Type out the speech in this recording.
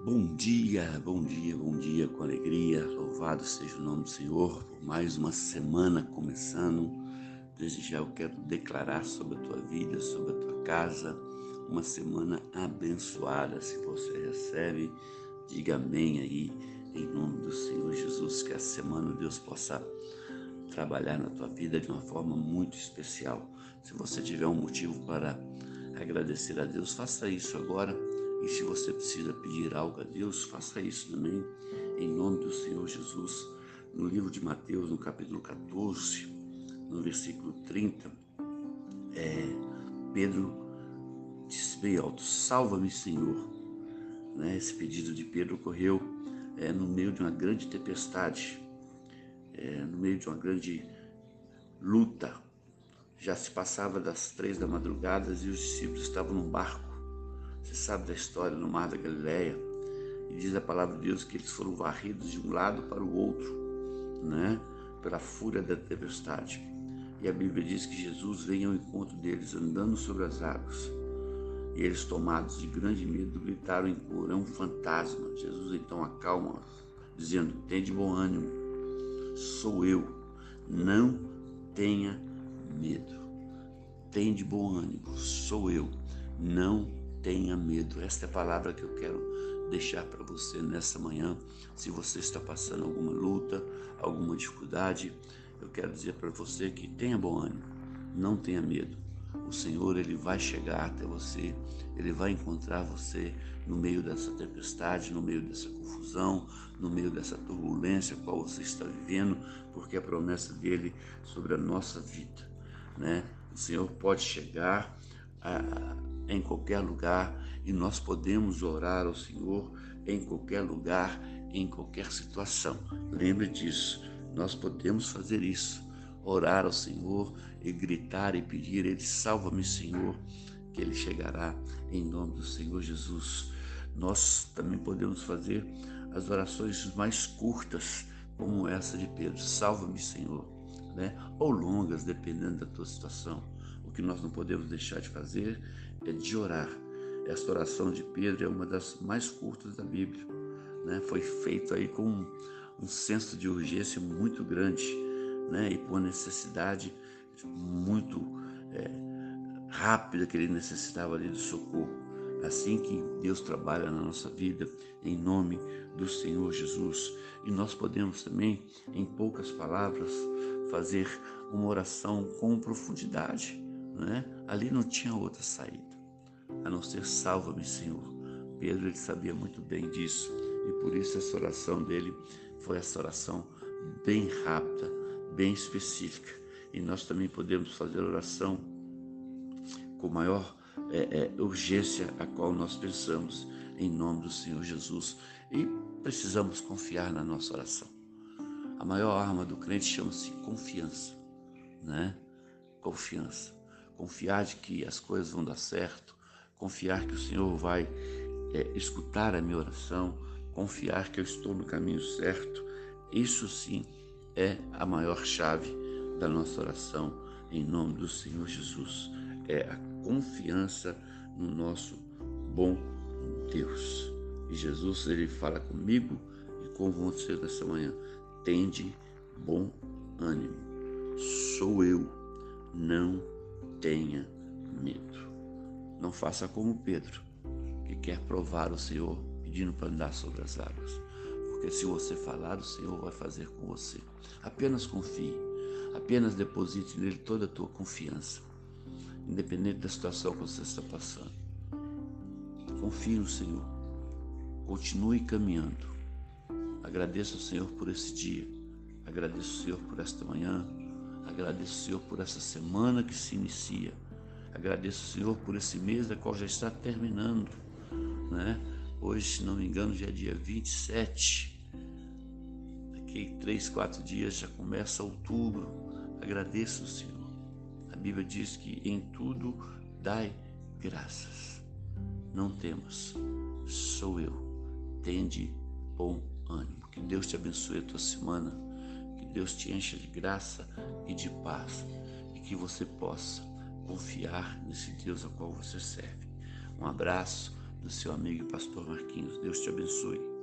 Bom dia, bom dia, bom dia, com alegria. Louvado seja o nome do Senhor por mais uma semana começando. Desde já eu quero declarar sobre a tua vida, sobre a tua casa, uma semana abençoada. Se você recebe, diga amém aí, em nome do Senhor Jesus, que essa semana Deus possa trabalhar na tua vida de uma forma muito especial. Se você tiver um motivo para agradecer a Deus, faça isso agora. E se você precisa pedir algo a Deus, faça isso também, em nome do Senhor Jesus. No livro de Mateus, no capítulo 14, no versículo 30, Pedro disse bem alto: salva-me, Senhor. Esse pedido de Pedro ocorreu no meio de uma grande tempestade, no meio de uma grande luta. Já se passava das 3 da madrugada e os discípulos estavam num barco. Você sabe da história no Mar da Galileia. E diz a palavra de Deus que eles foram varridos de um lado para o outro, pela fúria da tempestade. E a Bíblia diz que Jesus vem ao encontro deles andando sobre as águas. E eles, tomados de grande medo, gritaram em coro: é um fantasma. Jesus então acalma, dizendo: tende bom ânimo, sou eu, não tenha medo. Tende bom ânimo, sou eu, não tenha medo. Esta é a palavra que eu quero deixar para você nessa manhã. Se você está passando alguma luta, alguma dificuldade, eu quero dizer para você que tenha bom ânimo, não tenha medo. O Senhor, Ele vai chegar até você, Ele vai encontrar você no meio dessa tempestade, no meio dessa confusão, no meio dessa turbulência qual você está vivendo, porque a promessa dEle sobre a nossa vida, O Senhor pode chegar em qualquer lugar e nós podemos orar ao Senhor em qualquer lugar, em qualquer situação. Lembre disso, nós podemos fazer isso, orar ao Senhor e gritar e pedir: Ele salva-me, Senhor, que Ele chegará em nome do Senhor Jesus. Nós também podemos fazer as orações mais curtas, como essa de Pedro: salva-me, Senhor, ou longas, dependendo da tua situação. O que nós não podemos deixar de fazer é de orar. Esta oração de Pedro é uma das mais curtas da Bíblia, Foi feito aí com um senso de urgência muito grande, E por necessidade muito rápida que ele necessitava ali do socorro. Assim que Deus trabalha na nossa vida, em nome do Senhor Jesus. E nós podemos também, em poucas palavras, fazer uma oração com profundidade, Ali não tinha outra saída, a não ser salva-me, Senhor. Pedro, ele sabia muito bem disso, e por isso essa oração dele foi essa oração bem rápida, bem específica. E nós também podemos fazer oração com maior urgência a qual nós pensamos, em nome do Senhor Jesus. E precisamos confiar na nossa oração. A maior arma do crente chama-se confiança, Confiança. Confiar de que as coisas vão dar certo, confiar que o Senhor vai escutar a minha oração, confiar que eu estou no caminho certo. Isso sim é a maior chave da nossa oração, em nome do Senhor Jesus. É a confiança no nosso bom Deus. E Jesus, Ele fala comigo e com você nessa manhã: tende bom ânimo, sou eu, não tenha medo. Não faça como Pedro, que quer provar o Senhor pedindo para andar sobre as águas. Porque se você falar, o Senhor vai fazer com você. Apenas confie, apenas deposite nele toda a tua confiança, independente da situação que você está passando. Confie no Senhor, continue caminhando. Agradeça ao Senhor por esse dia, agradeça ao Senhor por esta manhã, agradeço ao Senhor por essa semana que se inicia. Agradeço ao Senhor por esse mês da qual já está terminando, Hoje, se não me engano, já é dia 27. Daqui 3, 4 dias já começa outubro. Agradeço ao Senhor. A Bíblia diz que em tudo dai graças. Não temas, sou eu. Tende bom ânimo. Que Deus te abençoe a tua semana. Que Deus te encha de graça e de paz, e que você possa confiar nesse Deus ao qual você serve. Um abraço do seu amigo e pastor Marquinhos. Deus te abençoe.